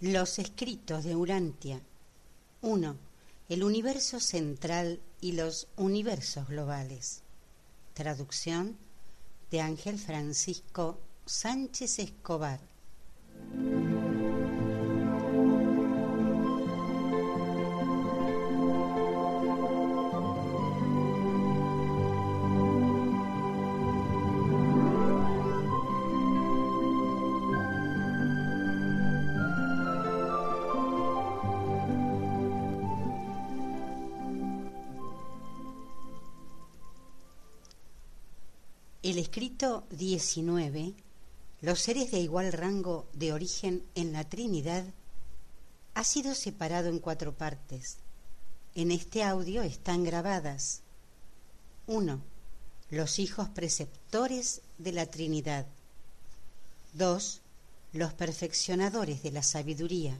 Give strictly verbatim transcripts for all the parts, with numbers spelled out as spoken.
Los escritos de Urantia. uno. El universo central y los universos globales. Traducción de Ángel Francisco Sánchez Escobar. El escrito diecinueve, los seres de igual rango de origen en la Trinidad, ha sido separado en cuatro partes. En este audio están grabadas: uno. Los hijos preceptores de la Trinidad. dos. Los perfeccionadores de la sabiduría.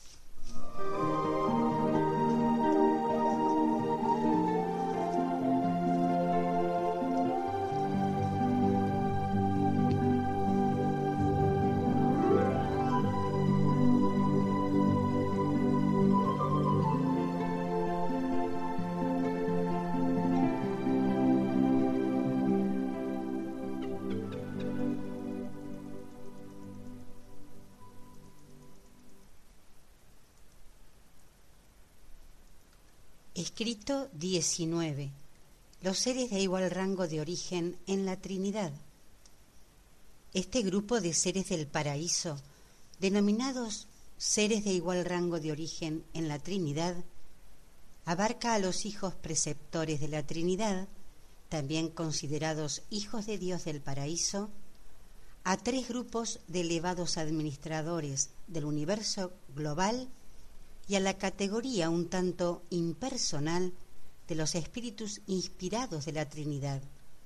Escrito diecinueve. Los seres de igual rango de origen en la Trinidad. Este grupo de seres del paraíso, denominados seres de igual rango de origen en la Trinidad, abarca a los hijos preceptores de la Trinidad, también considerados hijos de Dios del paraíso, a tres grupos de elevados administradores del universo global y a la categoría un tanto impersonal de los espíritus inspirados de la Trinidad.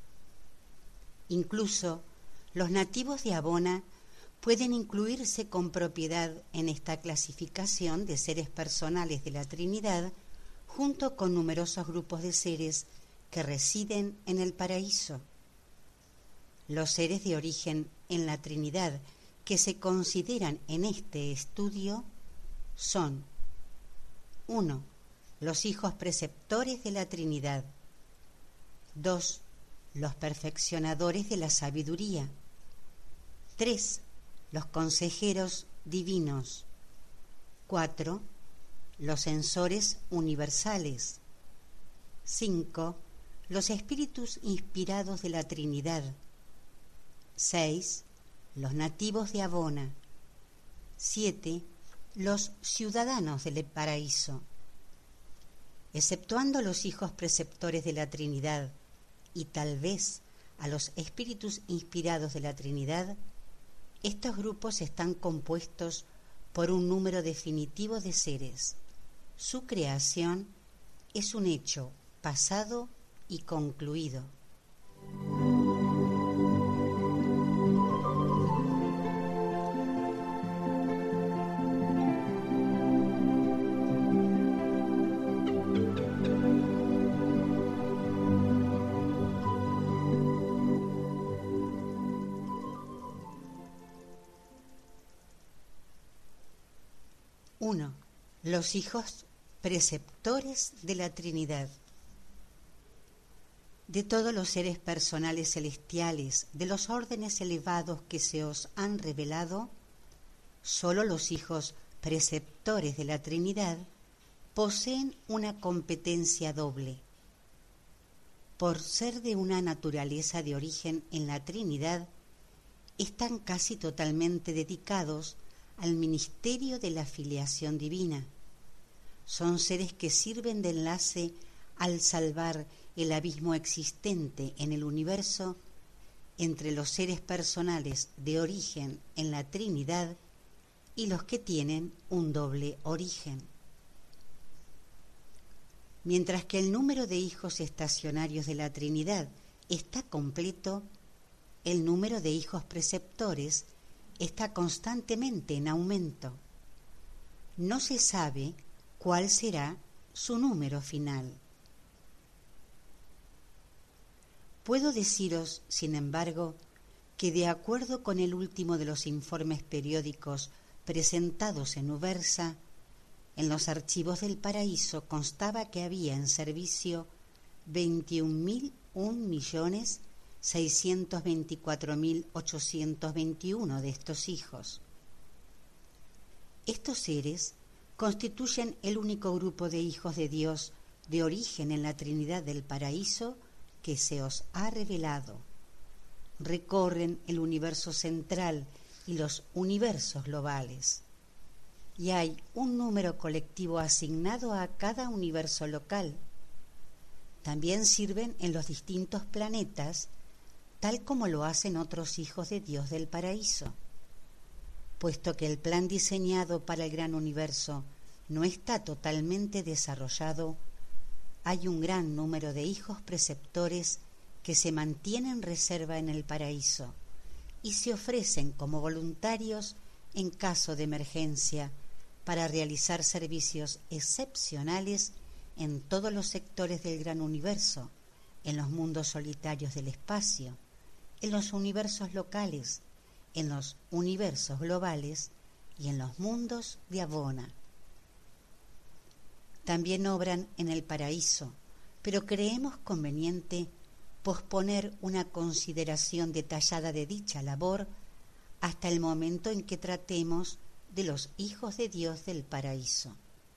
Incluso los nativos de Abona pueden incluirse con propiedad en esta clasificación de seres personales de la Trinidad, junto con numerosos grupos de seres que residen en el paraíso. Los seres de origen en la Trinidad que se consideran en este estudio son: uno. Los hijos preceptores de la Trinidad. dos. Los perfeccionadores de la sabiduría. tres. Los consejeros divinos. cuatro. Los censores universales. cinco. Los espíritus inspirados de la Trinidad. seis. Los nativos de Abona. siete. Los ciudadanos del paraíso. Exceptuando los hijos preceptores de la Trinidad y tal vez a los espíritus inspirados de la Trinidad, estos grupos están compuestos por un número definitivo de seres. Su creación es un hecho pasado y concluido. uno. Los hijos preceptores de la Trinidad. De todos los seres personales celestiales, de los órdenes elevados que se os han revelado, sólo los hijos preceptores de la Trinidad poseen una competencia doble. Por ser de una naturaleza de origen en la Trinidad, están casi totalmente dedicados al ministerio de la filiación divina. Son seres que sirven de enlace al salvar el abismo existente en el universo entre los seres personales de origen en la Trinidad y los que tienen un doble origen. Mientras que el número de hijos estacionarios de la Trinidad está completo, el número de hijos preceptores está constantemente en aumento. No se sabe cuál será su número final. Puedo deciros, sin embargo, que de acuerdo con el último de los informes periódicos presentados en Ubersa, en los archivos del paraíso constaba que había en servicio veintiún mil un millones seiscientos veinticuatro mil ochocientos veintiuno de estos hijos. Estos seres constituyen el único grupo de hijos de Dios de origen en la Trinidad del paraíso que se os ha revelado. Recorren el universo central y los universos globales, y hay un número colectivo asignado a cada universo local. También sirven en los distintos planetas, tal como lo hacen otros hijos de Dios del paraíso. Puesto que el plan diseñado para el gran universo no está totalmente desarrollado, hay un gran número de hijos preceptores que se mantienen en reserva en el paraíso y se ofrecen como voluntarios en caso de emergencia para realizar servicios excepcionales en todos los sectores del gran universo, en los mundos solitarios del espacio, en los universos locales, en los universos globales y en los mundos de Abona. También obran en el paraíso, pero creemos conveniente posponer una consideración detallada de dicha labor hasta el momento en que tratemos de los hijos de Dios del paraíso.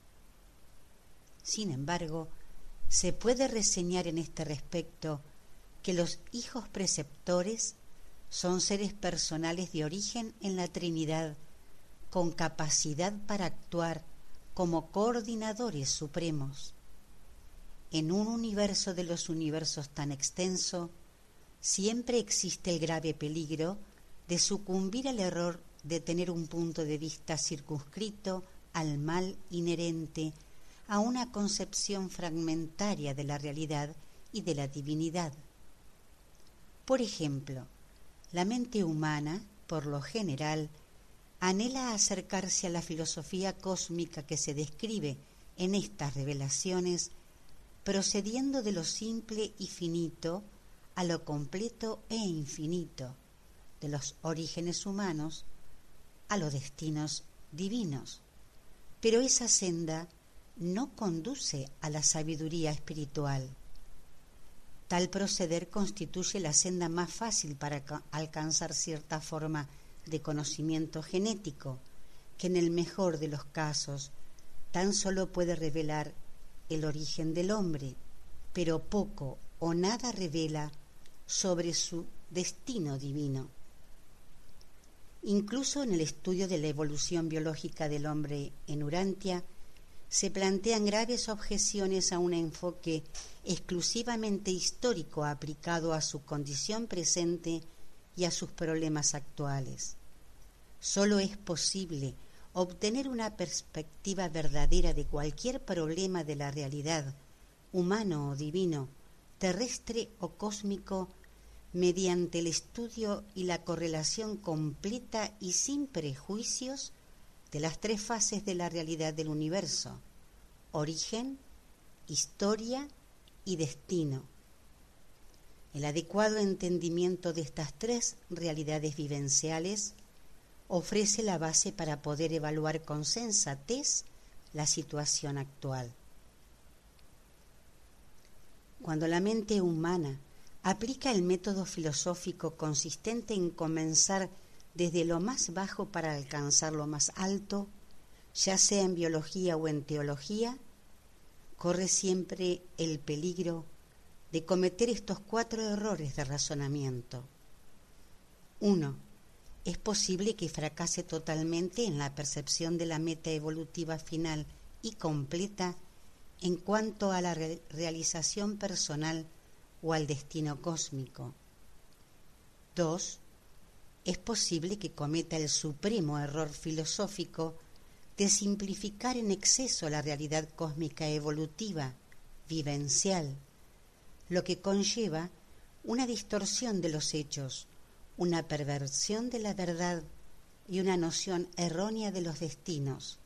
Sin embargo, se puede reseñar en este respecto que los hijos preceptores son seres personales de origen en la Trinidad, con capacidad para actuar como coordinadores supremos. En un universo de los universos tan extenso, siempre existe el grave peligro de sucumbir al error de tener un punto de vista circunscrito al mal inherente a una concepción fragmentaria de la realidad y de la divinidad. Por ejemplo, la mente humana, por lo general, anhela acercarse a la filosofía cósmica que se describe en estas revelaciones, procediendo de lo simple y finito a lo completo e infinito, de los orígenes humanos a los destinos divinos. Pero esa senda no conduce a la sabiduría espiritual. Tal proceder constituye la senda más fácil para alcanzar cierta forma de conocimiento genético, que en el mejor de los casos tan solo puede revelar el origen del hombre, pero poco o nada revela sobre su destino divino. Incluso en el estudio de la evolución biológica del hombre en Urantia, se plantean graves objeciones a un enfoque exclusivamente histórico aplicado a su condición presente y a sus problemas actuales. Solo es posible obtener una perspectiva verdadera de cualquier problema de la realidad, humano o divino, terrestre o cósmico, mediante el estudio y la correlación completa y sin prejuicios de las tres fases de la realidad del universo: origen, historia y destino. El adecuado entendimiento de estas tres realidades vivenciales ofrece la base para poder evaluar con sensatez la situación actual. Cuando la mente humana aplica el método filosófico consistente en comenzar desde lo más bajo para alcanzar lo más alto, ya sea en biología o en teología, corre siempre el peligro de cometer estos cuatro errores de razonamiento. Uno, es posible que fracase totalmente en la percepción de la meta evolutiva final y completa en cuanto a la re- realización personal o al destino cósmico. Dos, es posible que cometa el supremo error filosófico de simplificar en exceso la realidad cósmica evolutiva, vivencial, lo que conlleva una distorsión de los hechos, una perversión de la verdad y una noción errónea de los destinos.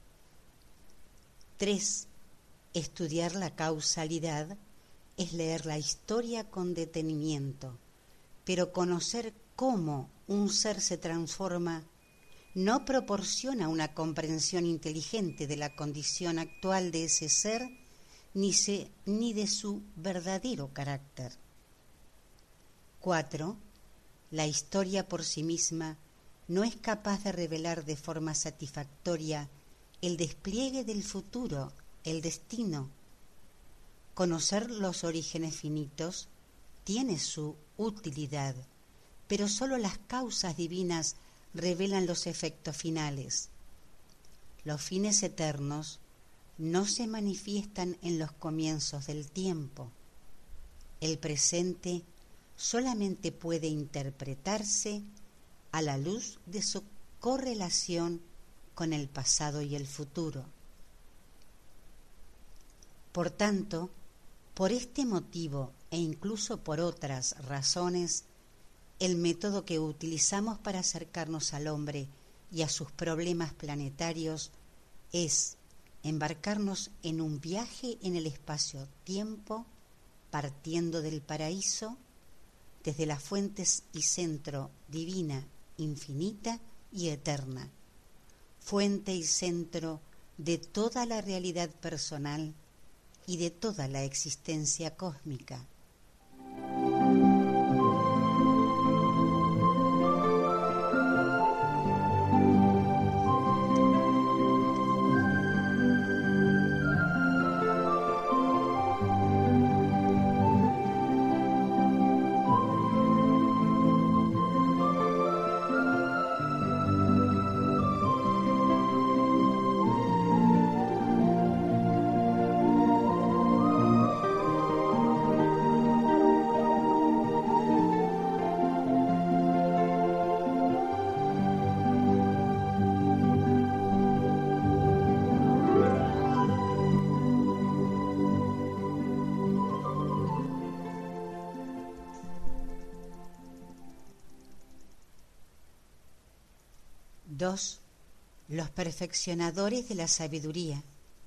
Tres, estudiar la causalidad es leer la historia con detenimiento, pero conocer cómo un ser se transforma no proporciona una comprensión inteligente de la condición actual de ese ser ni, se, ni de su verdadero carácter. cuatro. La historia por sí misma no es capaz de revelar de forma satisfactoria el despliegue del futuro, el destino. Conocer los orígenes finitos tiene su utilidad, pero sólo las causas divinas revelan los efectos finales. Los fines eternos no se manifiestan en los comienzos del tiempo. El presente solamente puede interpretarse a la luz de su correlación con el pasado y el futuro. Por tanto, por este motivo e incluso por otras razones, el método que utilizamos para acercarnos al hombre y a sus problemas planetarios es embarcarnos en un viaje en el espacio-tiempo, partiendo del paraíso, desde las fuentes y centro divina, infinita y eterna, fuente y centro de toda la realidad personal y de toda la existencia cósmica. dos. Los perfeccionadores de la sabiduría.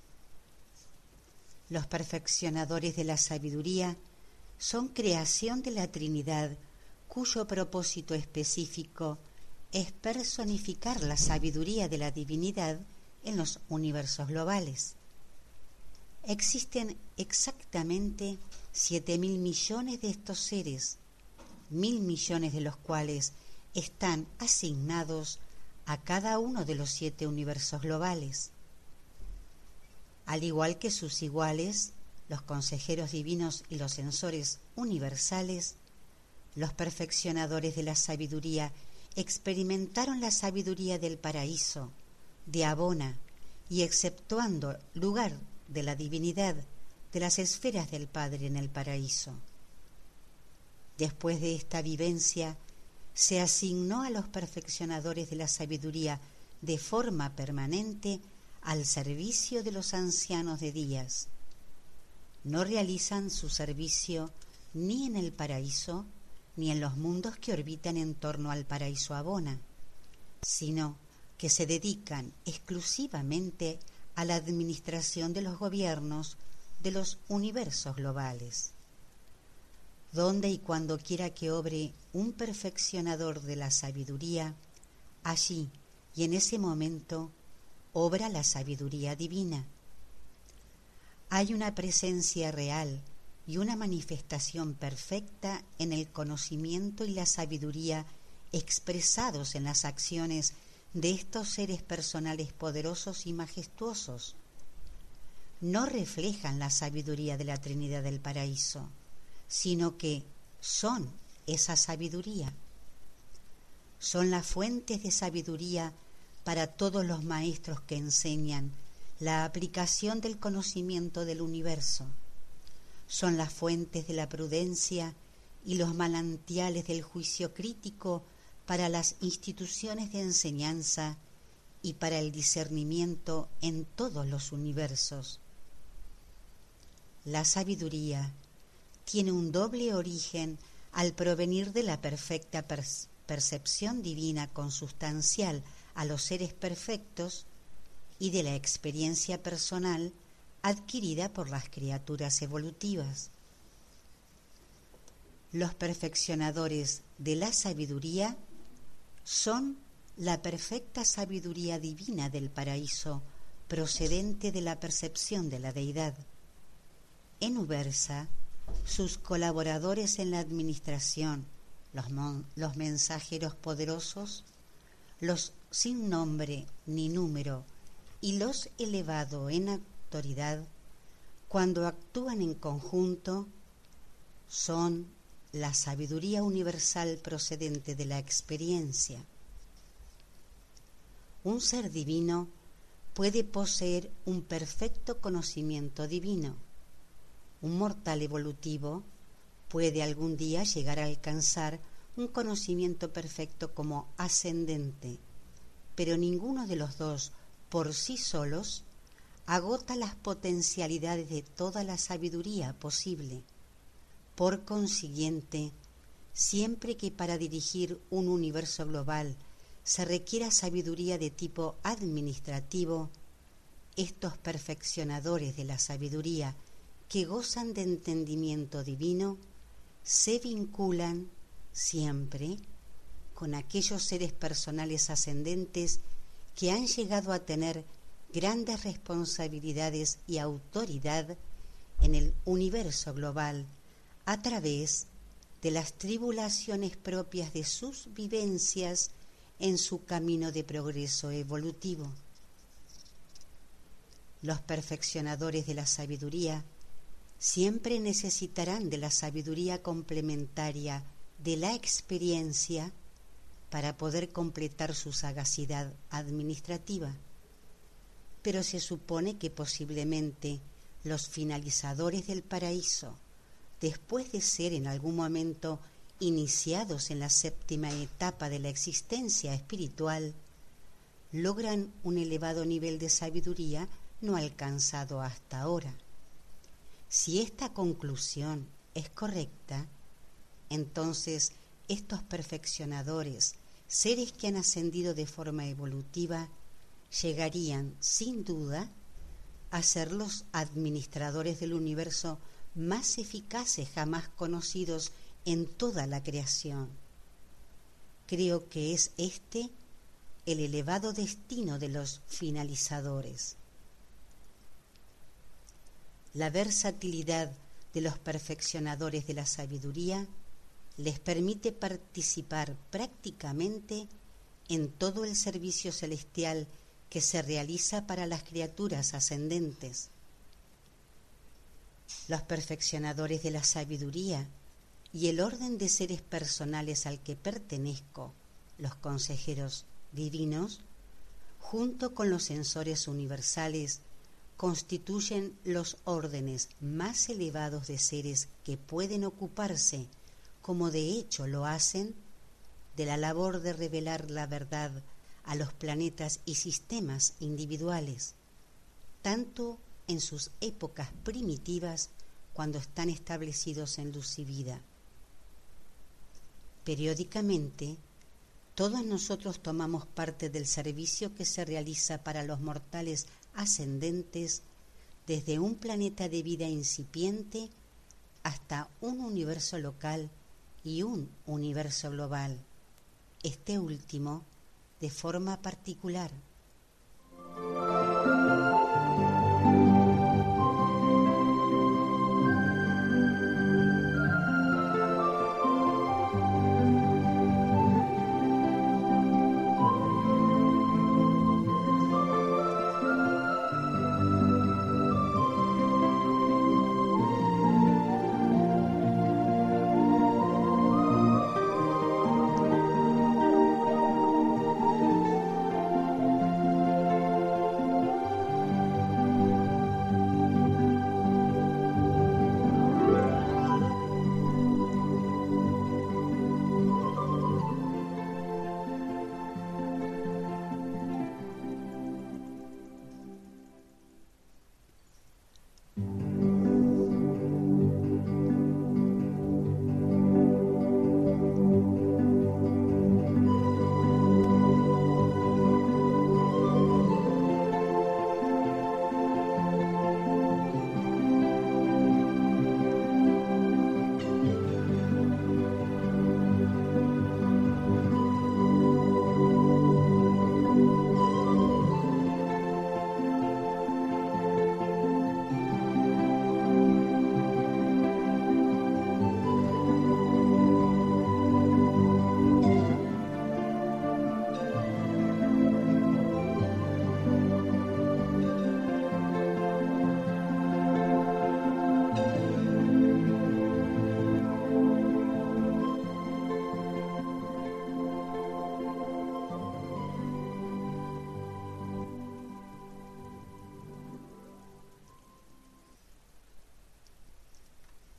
Los perfeccionadores de la sabiduría son creación de la Trinidad, cuyo propósito específico es personificar la sabiduría de la divinidad en los universos globales. Existen exactamente siete mil millones de estos seres, mil millones de los cuales están asignados a cada uno de los siete universos globales. Al igual que sus iguales, los consejeros divinos y los censores universales, los perfeccionadores de la sabiduría experimentaron la sabiduría del paraíso, de Abona, y exceptuando lugar de la divinidad de las esferas del Padre en el paraíso. Después de esta vivencia, se asignó a los perfeccionadores de la sabiduría de forma permanente al servicio de los ancianos de días. No realizan su servicio ni en el paraíso ni en los mundos que orbitan en torno al paraíso Abona, sino que se dedican exclusivamente a la administración de los gobiernos de los universos globales. Donde y cuando quiera que obre un perfeccionador de la sabiduría, allí y en ese momento obra la sabiduría divina. Hay una presencia real y una manifestación perfecta en el conocimiento y la sabiduría expresados en las acciones de estos seres personales poderosos y majestuosos. No reflejan la sabiduría de la Trinidad del Paraíso, sino que son esa sabiduría. Son las fuentes de sabiduría para todos los maestros que enseñan la aplicación del conocimiento del universo. Son las fuentes de la prudencia y los manantiales del juicio crítico para las instituciones de enseñanza y para el discernimiento en todos los universos. La sabiduría tiene un doble origen al provenir de la perfecta per- percepción divina consustancial a los seres perfectos y de la experiencia personal adquirida por las criaturas evolutivas. Los perfeccionadores de la sabiduría son la perfecta sabiduría divina del paraíso procedente de la percepción de la deidad. En Ubersa, sus colaboradores en la administración, los, mon- los mensajeros poderosos, los sin nombre ni número y los elevado en autoridad, cuando actúan en conjunto, son la sabiduría universal procedente de la experiencia. Un ser divino puede poseer un perfecto conocimiento divino. Un mortal evolutivo puede algún día llegar a alcanzar un conocimiento perfecto como ascendente, pero ninguno de los dos por sí solos agota las potencialidades de toda la sabiduría posible. Por consiguiente, siempre que para dirigir un universo global se requiera sabiduría de tipo administrativo, estos perfeccionadores de la sabiduría que gozan de entendimiento divino se vinculan siempre con aquellos seres personales ascendentes que han llegado a tener grandes responsabilidades y autoridad en el universo global a través de las tribulaciones propias de sus vivencias en su camino de progreso evolutivo. Los perfeccionadores de la sabiduría siempre necesitarán de la sabiduría complementaria de la experiencia para poder completar su sagacidad administrativa. Pero se supone que posiblemente los finalizadores del paraíso, después de ser en algún momento iniciados en la séptima etapa de la existencia espiritual, logran un elevado nivel de sabiduría no alcanzado hasta ahora. Si esta conclusión es correcta, entonces estos perfeccionadores, seres que han ascendido de forma evolutiva, llegarían sin duda a ser los administradores del universo más eficaces jamás conocidos en toda la creación. Creo que es este el elevado destino de los finalizadores. La versatilidad de los perfeccionadores de la sabiduría les permite participar prácticamente en todo el servicio celestial que se realiza para las criaturas ascendentes. Los perfeccionadores de la sabiduría y el orden de seres personales al que pertenezco, los consejeros divinos, junto con los censores universales, constituyen los órdenes más elevados de seres que pueden ocuparse, como de hecho lo hacen, de la labor de revelar la verdad a los planetas y sistemas individuales, tanto en sus épocas primitivas cuando están establecidos en luz y vida. Periódicamente, todos nosotros tomamos parte del servicio que se realiza para los mortales ascendentes desde un planeta de vida incipiente hasta un universo local y un universo global, este último de forma particular.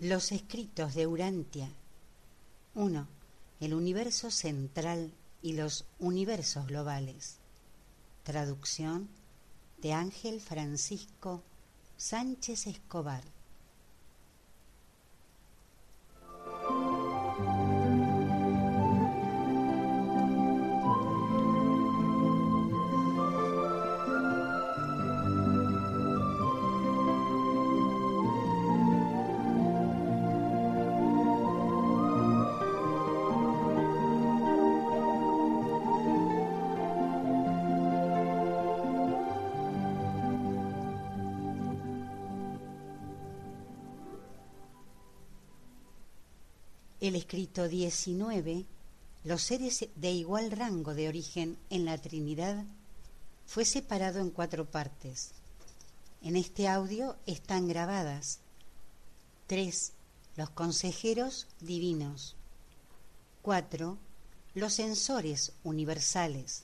Los escritos de Urantia. uno. El universo central y los universos globales. Traducción de Ángel Francisco Sánchez Escobar. El escrito diecinueve, los seres de igual rango de origen en la Trinidad, fue separado en cuatro partes. En este audio están grabadas: tres. Los consejeros divinos. cuatro. Los censores universales.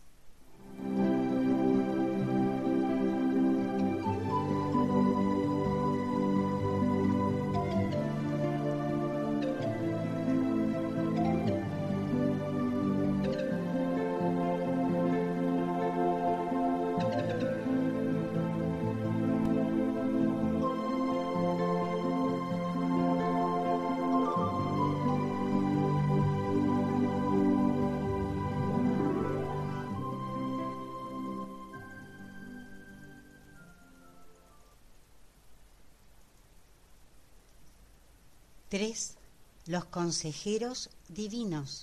tres. Los consejeros divinos.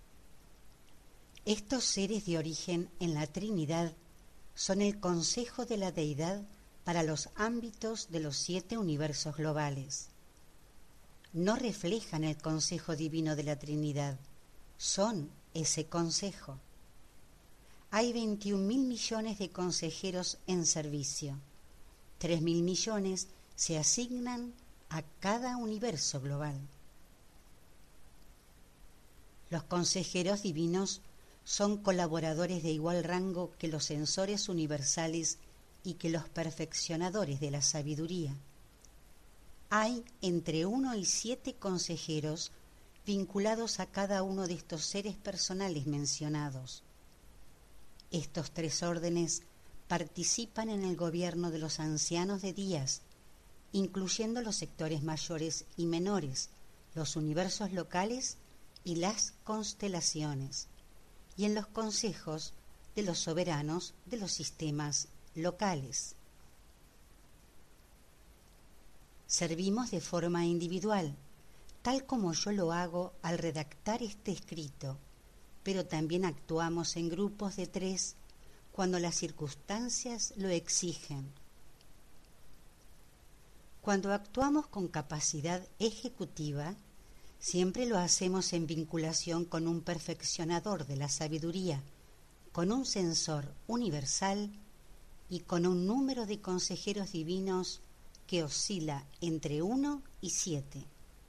Estos seres de origen en la Trinidad son el consejo de la deidad para los ámbitos de los siete universos globales. No reflejan el consejo divino de la Trinidad, son ese consejo. Hay veintiún mil millones de consejeros en servicio. tres mil millones se asignan a cada universo global. Los consejeros divinos son colaboradores de igual rango que los censores universales y que los perfeccionadores de la sabiduría. Hay entre uno y siete consejeros vinculados a cada uno de estos seres personales mencionados. Estos tres órdenes participan en el gobierno de los ancianos de días, incluyendo los sectores mayores y menores, los universos locales y las constelaciones, y en los consejos de los soberanos de los sistemas locales. Servimos de forma individual, tal como yo lo hago al redactar este escrito, pero también actuamos en grupos de tres cuando las circunstancias lo exigen. Cuando actuamos con capacidad ejecutiva, siempre lo hacemos en vinculación con un perfeccionador de la sabiduría, con un censor universal y con un número de consejeros divinos que oscila entre uno y siete.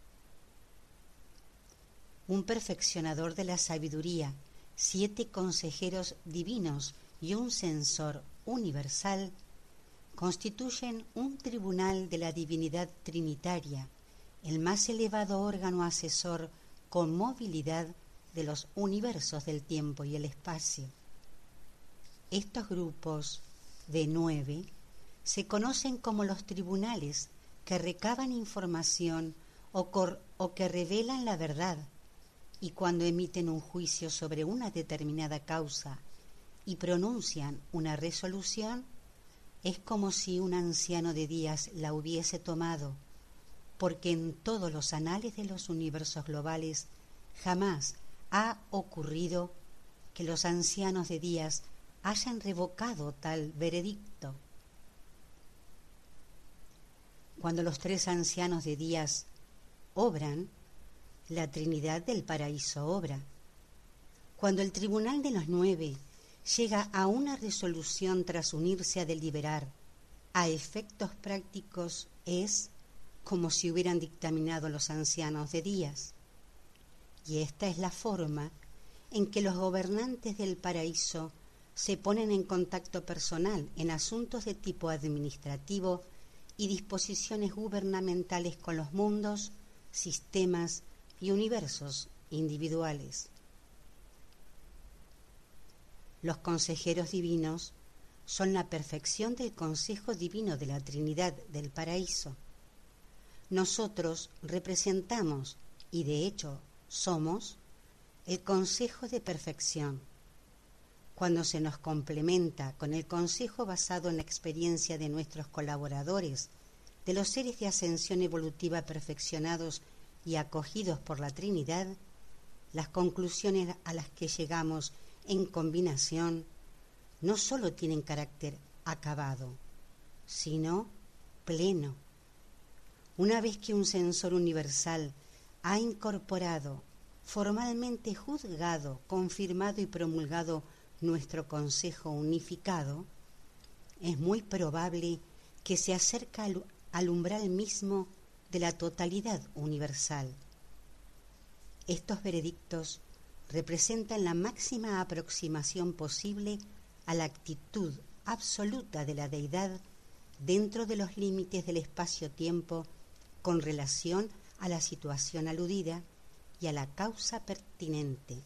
Un perfeccionador de la sabiduría, siete consejeros divinos y un censor universal constituyen un tribunal de la divinidad trinitaria, el más elevado órgano asesor con movilidad de los universos del tiempo y el espacio. Estos grupos de nueve se conocen como los tribunales que recaban información o, cor- o que revelan la verdad, y cuando emiten un juicio sobre una determinada causa y pronuncian una resolución, es como si un anciano de días la hubiese tomado, porque en todos los anales de los universos globales jamás ha ocurrido que los ancianos de días hayan revocado tal veredicto. Cuando los tres ancianos de días obran, la Trinidad del Paraíso obra. Cuando el tribunal de los nueve llega a una resolución tras unirse a deliberar, a efectos prácticos es como si hubieran dictaminado los ancianos de días. Y esta es la forma en que los gobernantes del paraíso se ponen en contacto personal en asuntos de tipo administrativo y disposiciones gubernamentales con los mundos sistemas y universos individuales. Los consejeros divinos son la perfección del consejo divino de la Trinidad del Paraíso. Nosotros representamos, y de hecho somos, el consejo de perfección. Cuando se nos complementa con el consejo basado en la experiencia de nuestros colaboradores, de los seres de ascensión evolutiva perfeccionados y acogidos por la Trinidad, las conclusiones a las que llegamos en combinación no solo tienen carácter acabado, sino pleno. Una vez que un censor universal ha incorporado, formalmente juzgado, confirmado y promulgado nuestro consejo unificado, es muy probable que se acerque al, al umbral mismo de la totalidad universal. Estos veredictos representan la máxima aproximación posible a la actitud absoluta de la deidad dentro de los límites del espacio-tiempo con relación a la situación aludida y a la causa pertinente.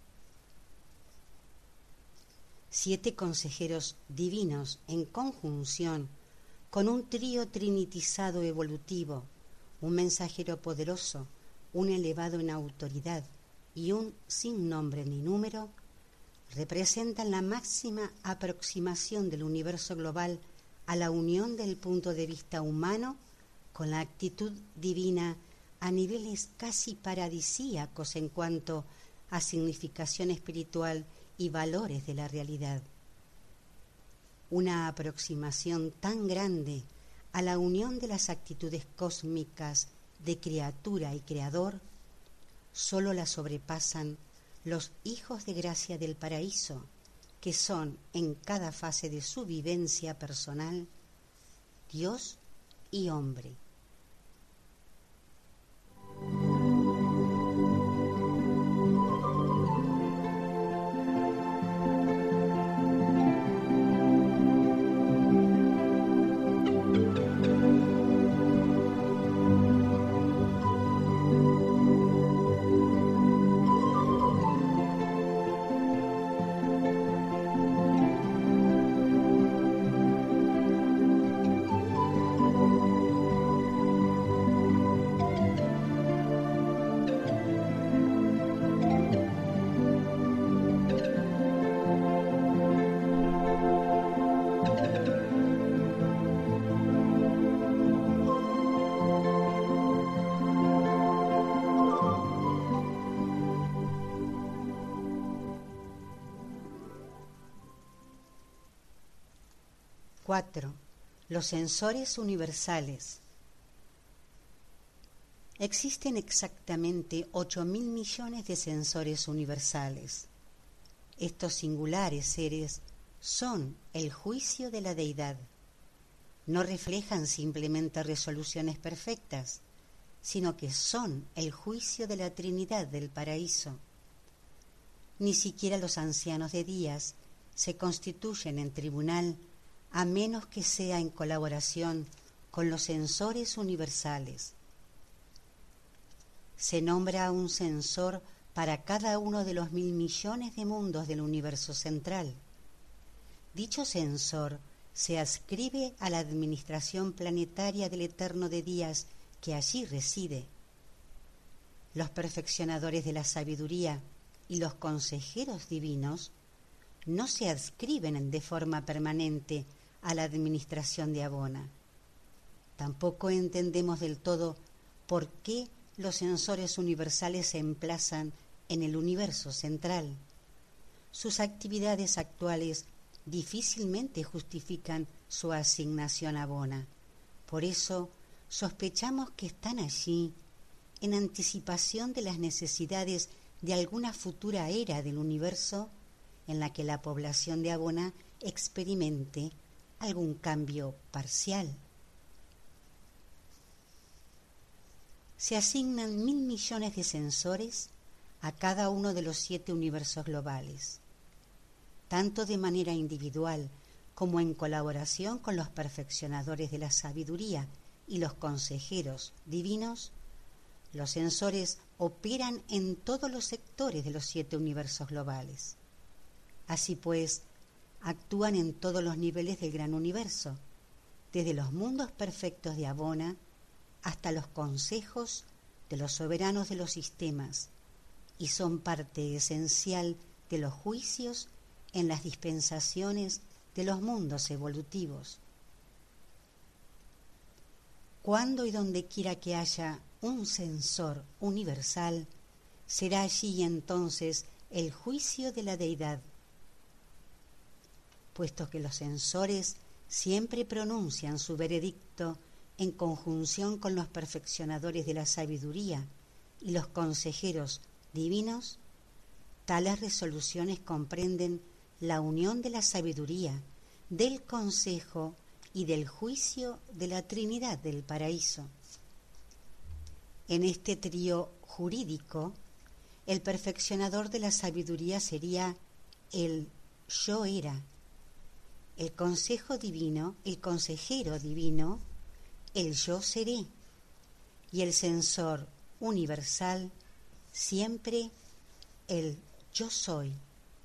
Siete consejeros divinos en conjunción con un trío trinitizado evolutivo, un mensajero poderoso, un elevado en autoridad y un sin nombre ni número, representan la máxima aproximación del universo global a la unión del punto de vista humano con la actitud divina a niveles casi paradisíacos en cuanto a significación espiritual y valores de la realidad. Una aproximación tan grande a la unión de las actitudes cósmicas de criatura y creador solo la sobrepasan los hijos de gracia del paraíso, que son en cada fase de su vivencia personal Dios y hombre. cuatro. Los sensores universales. Existen exactamente ocho mil millones de sensores universales. Estos singulares seres son el juicio de la deidad. No reflejan simplemente resoluciones perfectas, sino que son el juicio de la Trinidad del Paraíso. Ni siquiera los ancianos de días se constituyen en tribunal a menos que sea en colaboración con los sensores universales. Se nombra a un censor para cada uno de los mil millones de mundos del universo central. Dicho censor se adscribe a la administración planetaria del Eterno de Días que allí reside. Los perfeccionadores de la sabiduría y los consejeros divinos no se adscriben de forma permanente a la administración de Abona. Tampoco entendemos del todo por qué los sensores universales se emplazan en el universo central. Sus actividades actuales difícilmente justifican su asignación a Abona. Por eso sospechamos que están allí en anticipación de las necesidades de alguna futura era del universo en la que la población de Abona experimente algún cambio parcial. Se asignan mil millones de sensores a cada uno de los siete universos globales, tanto de manera individual como en colaboración con los perfeccionadores de la sabiduría y los consejeros divinos. Los sensores operan en todos los sectores de los siete universos globales. Así pues, actúan en todos los niveles del gran universo, desde los mundos perfectos de Abona hasta los consejos de los soberanos de los sistemas, y son parte esencial de los juicios en las dispensaciones de los mundos evolutivos. Cuando y donde quiera que haya un sensor universal, será allí entonces el juicio de la deidad. Puesto que los sensores siempre pronuncian su veredicto en conjunción con los perfeccionadores de la sabiduría y los consejeros divinos, tales resoluciones comprenden la unión de la sabiduría, del consejo y del juicio de la Trinidad del paraíso. En este trío jurídico, el perfeccionador de la sabiduría sería el Yo Era, el consejo divino, el consejero divino, el Yo Seré, y el sensor universal, siempre el Yo Soy.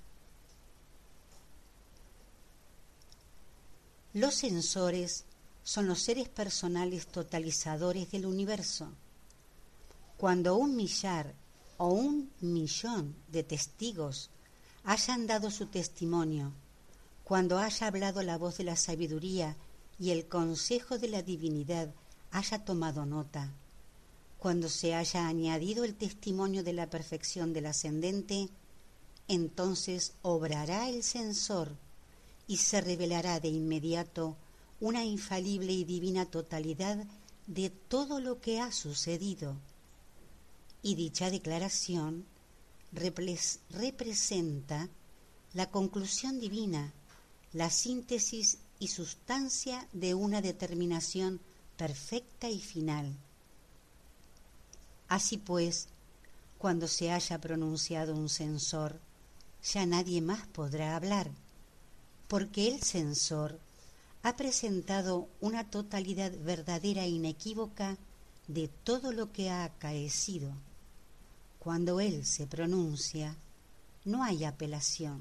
Los sensores son los seres personales totalizadores del universo. Cuando un millar o un millón de testigos hayan dado su testimonio, cuando haya hablado la voz de la sabiduría y el consejo de la divinidad haya tomado nota, cuando se haya añadido el testimonio de la perfección del ascendente, entonces obrará el sensor y se revelará de inmediato una infalible y divina totalidad de todo lo que ha sucedido. Y dicha declaración repres- representa la conclusión divina, la síntesis y sustancia de una determinación perfecta y final. Así pues, cuando se haya pronunciado un censor, ya nadie más podrá hablar, porque el censor ha presentado una totalidad verdadera e inequívoca de todo lo que ha acaecido. Cuando él se pronuncia, no hay apelación.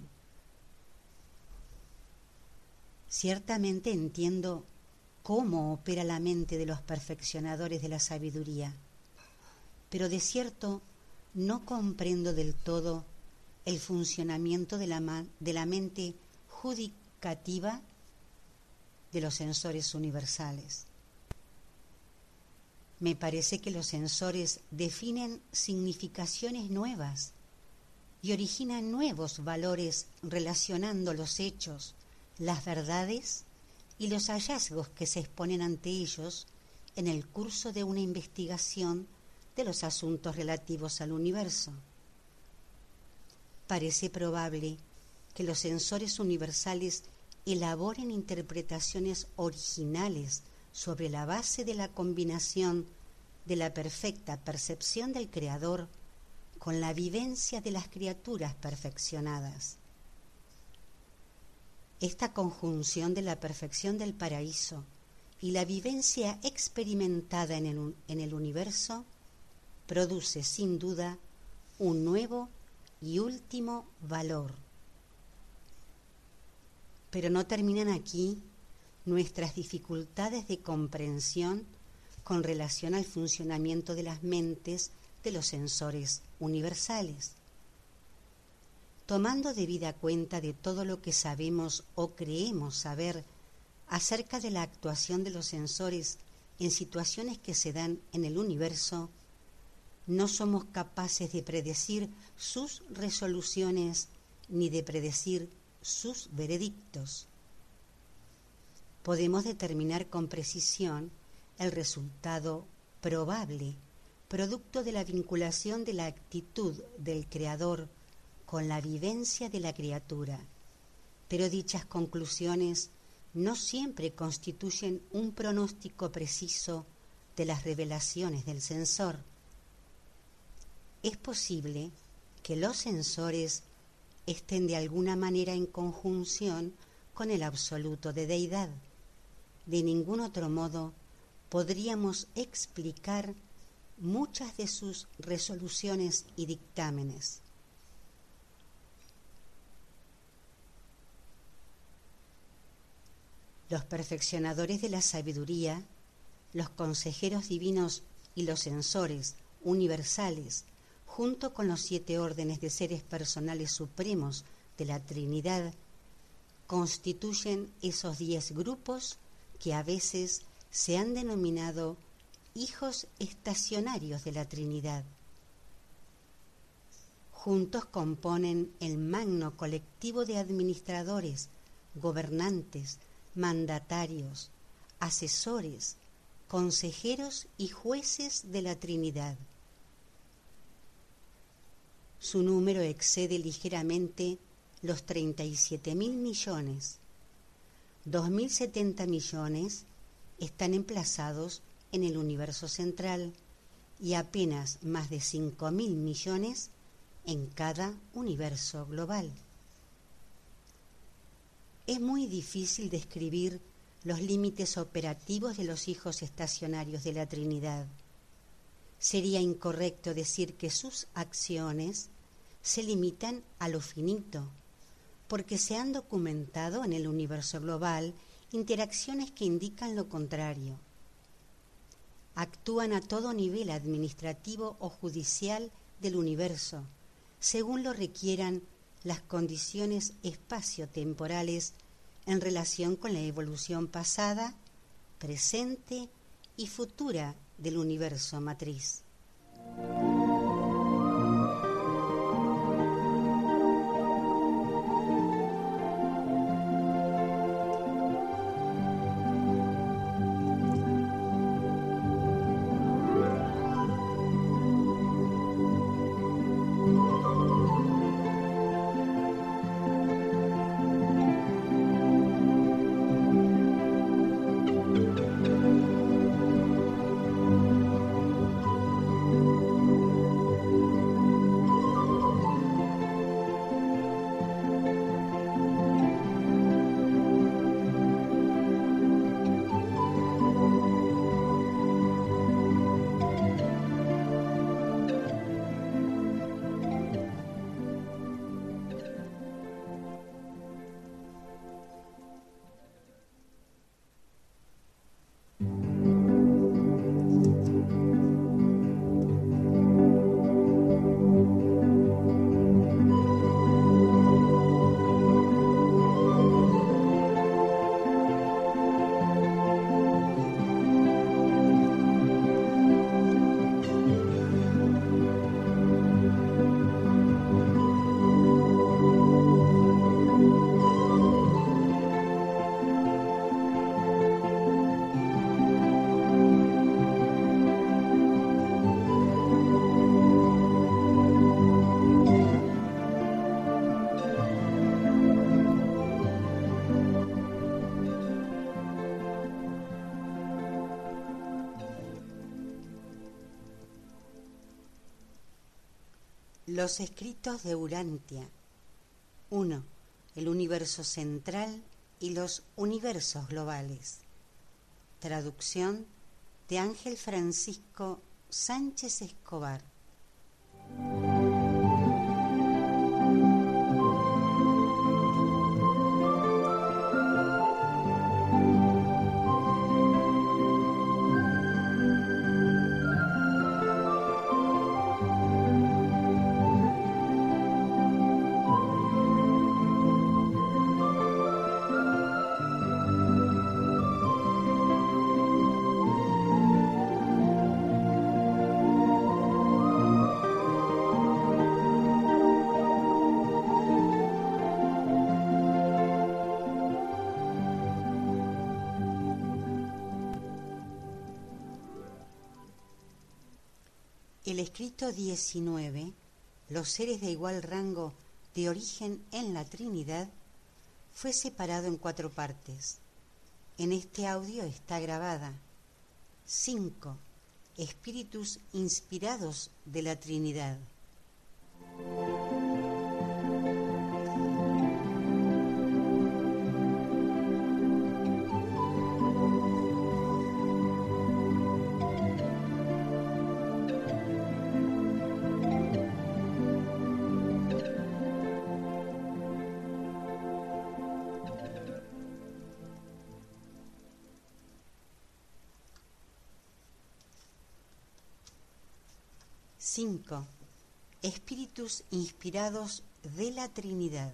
Ciertamente entiendo cómo opera la mente de los perfeccionadores de la sabiduría, pero de cierto no comprendo del todo el funcionamiento de la, ma- de la mente judicativa de los sensores universales. Me parece que los sensores definen significaciones nuevas y originan nuevos valores relacionando los hechos, las verdades y los hallazgos que se exponen ante ellos en el curso de una investigación de los asuntos relativos al universo. Parece probable que los sensores universales elaboren interpretaciones originales sobre la base de la combinación de la perfecta percepción del Creador con la vivencia de las criaturas perfeccionadas. Esta conjunción de la perfección del paraíso y la vivencia experimentada en el, en el universo produce sin duda un nuevo y último valor. Pero no terminan aquí nuestras dificultades de comprensión con relación al funcionamiento de las mentes de los sensores universales. Tomando debida cuenta de todo lo que sabemos o creemos saber acerca de la actuación de los sensores en situaciones que se dan en el universo, no somos capaces de predecir sus resoluciones ni de predecir sus veredictos. Podemos determinar con precisión el resultado probable, producto de la vinculación de la actitud del Creador con la vivencia de la criatura, pero dichas conclusiones no siempre constituyen un pronóstico preciso de las revelaciones del sensor. Es posible que los sensores estén de alguna manera en conjunción con el absoluto de deidad. De ningún otro modo podríamos explicar muchas de sus resoluciones y dictámenes. Los perfeccionadores de la sabiduría, los consejeros divinos y los censores universales, junto con los siete órdenes de seres personales supremos de la Trinidad, constituyen esos diez grupos que a veces se han denominado hijos estacionarios de la Trinidad. Juntos componen el magno colectivo de administradores, gobernantes, mandatarios, asesores, consejeros y jueces de la Trinidad. Su número excede ligeramente los treinta y siete mil millones. dos mil setenta millones están emplazados en el universo central y apenas más de cinco mil millones en cada universo global. Es muy difícil describir los límites operativos de los hijos estacionarios de la Trinidad. Sería incorrecto decir que sus acciones se limitan a lo finito, porque se han documentado en el universo global interacciones que indican lo contrario. Actúan a todo nivel administrativo o judicial del universo, según lo requieran las condiciones espaciotemporales en relación con la evolución pasada, presente y futura del universo matriz. Los escritos de Urantia. uno. El universo central y los universos globales. Traducción de Ángel Francisco Sánchez Escobar. El escrito diecinueve, los seres de igual rango de origen en la Trinidad, fue separado en cuatro partes. En este audio está grabada. cinco. Espíritus inspirados de la Trinidad. cinco. Espíritus inspirados de la Trinidad.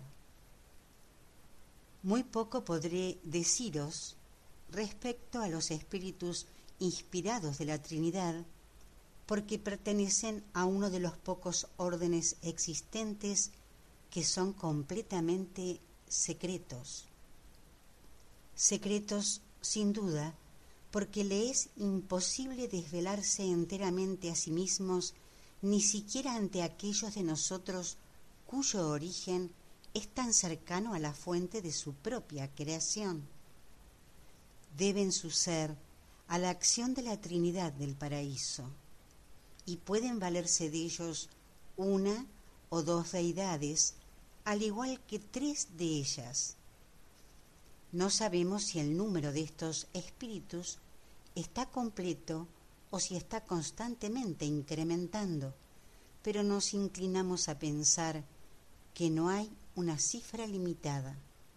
Muy poco podré deciros respecto a los espíritus inspirados de la Trinidad, porque pertenecen a uno de los pocos órdenes existentes que son completamente secretos. Secretos, sin duda, porque le es imposible desvelarse enteramente a sí mismos, ni siquiera ante aquellos de nosotros cuyo origen es tan cercano a la fuente de su propia creación. Deben su ser a la acción de la Trinidad del paraíso, y pueden valerse de ellos una o dos deidades, al igual que tres de ellas. No sabemos si el número de estos espíritus está completo o si está constantemente incrementando, pero nos inclinamos a pensar que no hay una cifra limitada.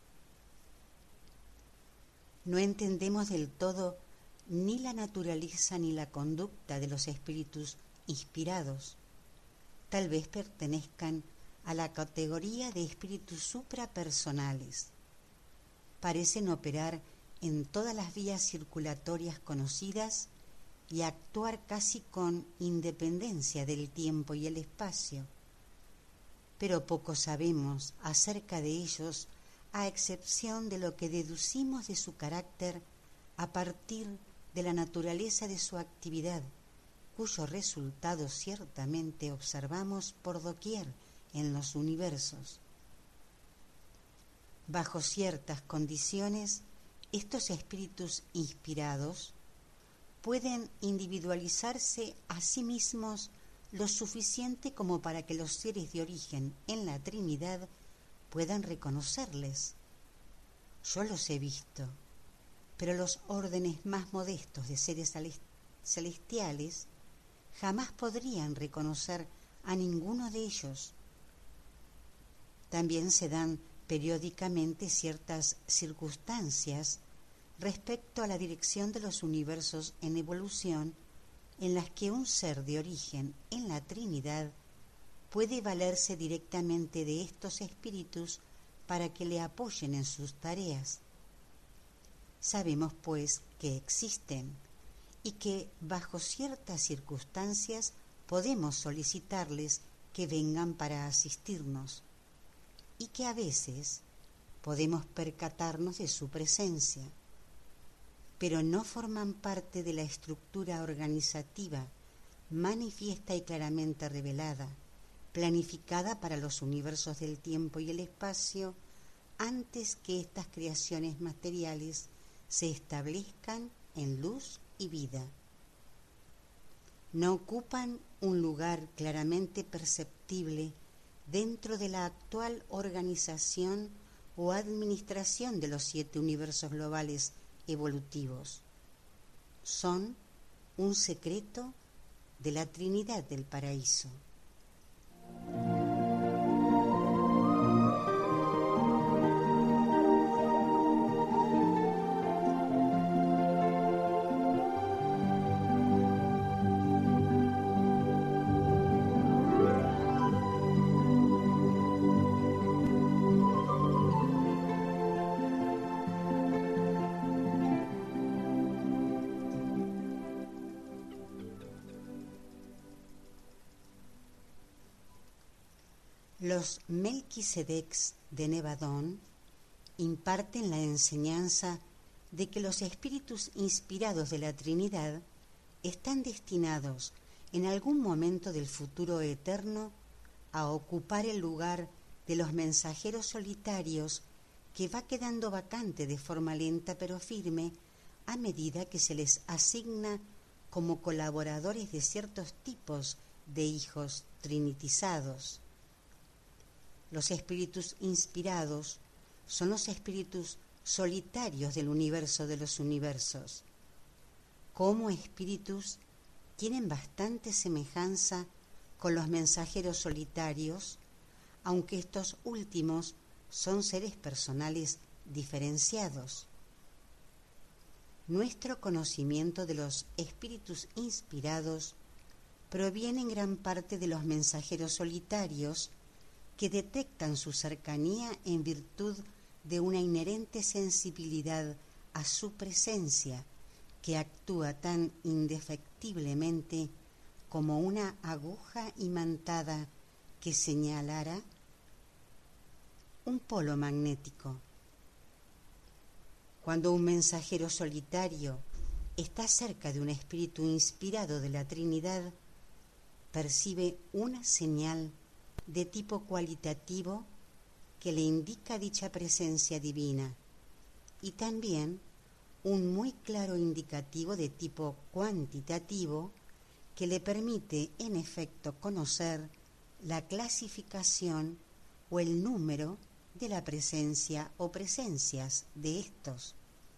No entendemos del todo ni la naturaleza ni la conducta de los espíritus inspirados. Tal vez pertenezcan a la categoría de espíritus suprapersonales. Parecen operar en todas las vías circulatorias conocidas y actuar casi con independencia del tiempo y el espacio. Pero poco sabemos acerca de ellos, a excepción de lo que deducimos de su carácter a partir de la naturaleza de su actividad, cuyo resultado ciertamente observamos por doquier en los universos. Bajo ciertas condiciones, estos espíritus inspirados pueden individualizarse a sí mismos lo suficiente como para que los seres de origen en la Trinidad puedan reconocerles. Yo los he visto, pero los órdenes más modestos de seres celestiales jamás podrían reconocer a ninguno de ellos. También se dan periódicamente ciertas circunstancias respecto a la dirección de los universos en evolución, en las que un ser de origen en la Trinidad puede valerse directamente de estos espíritus para que le apoyen en sus tareas. Sabemos, pues, que existen y que, bajo ciertas circunstancias, podemos solicitarles que vengan para asistirnos, y que a veces podemos percatarnos de su presencia, pero no forman parte de la estructura organizativa manifiesta y claramente revelada, planificada para los universos del tiempo y el espacio, antes que estas creaciones materiales se establezcan en luz y vida. No ocupan un lugar claramente perceptible dentro de la actual organización o administración de los siete universos globales evolutivos. Son un secreto de la Trinidad del paraíso. Los Melquisedecs de Nevadón imparten la enseñanza de que los espíritus inspirados de la Trinidad están destinados en algún momento del futuro eterno a ocupar el lugar de los mensajeros solitarios que va quedando vacante de forma lenta pero firme a medida que se les asigna como colaboradores de ciertos tipos de hijos trinitizados. Los espíritus inspirados son los espíritus solitarios del universo de los universos. Como espíritus tienen bastante semejanza con los mensajeros solitarios, aunque estos últimos son seres personales diferenciados. Nuestro conocimiento de los espíritus inspirados proviene en gran parte de los mensajeros solitarios que detectan su cercanía en virtud de una inherente sensibilidad a su presencia que actúa tan indefectiblemente como una aguja imantada que señalara un polo magnético. Cuando un mensajero solitario está cerca de un espíritu inspirado de la Trinidad, percibe una señal de tipo cualitativo que le indica dicha presencia divina y también un muy claro indicativo de tipo cuantitativo que le permite en efecto conocer la clasificación o el número de la presencia o presencias de estos.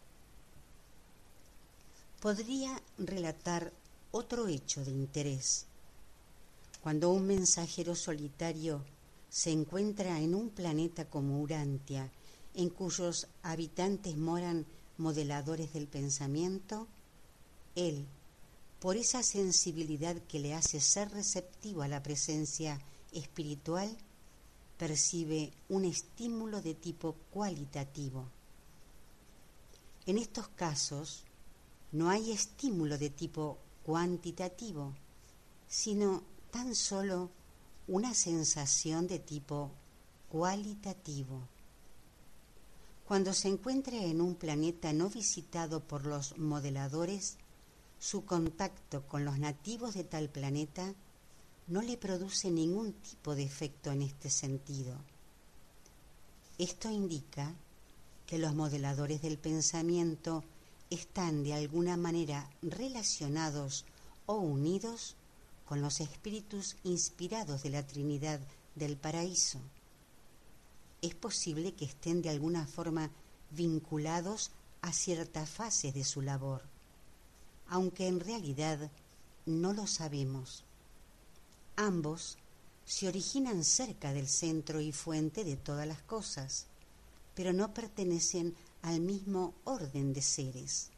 Podría relatar otro hecho de interés. Cuando un mensajero solitario se encuentra en un planeta como Urantia, en cuyos habitantes moran modeladores del pensamiento, él, por esa sensibilidad que le hace ser receptivo a la presencia espiritual, percibe un estímulo de tipo cualitativo. En estos casos, no hay estímulo de tipo cuantitativo, sino tan solo una sensación de tipo cualitativo. Cuando se encuentra en un planeta no visitado por los modeladores, su contacto con los nativos de tal planeta no le produce ningún tipo de efecto en este sentido. Esto indica que los modeladores del pensamiento están de alguna manera relacionados o unidos con los espíritus inspirados de la Trinidad del Paraíso. Es posible que estén de alguna forma vinculados a ciertas fases de su labor, aunque en realidad no lo sabemos. Ambos se originan cerca del centro y fuente de todas las cosas, pero no pertenecen al mismo orden de seres.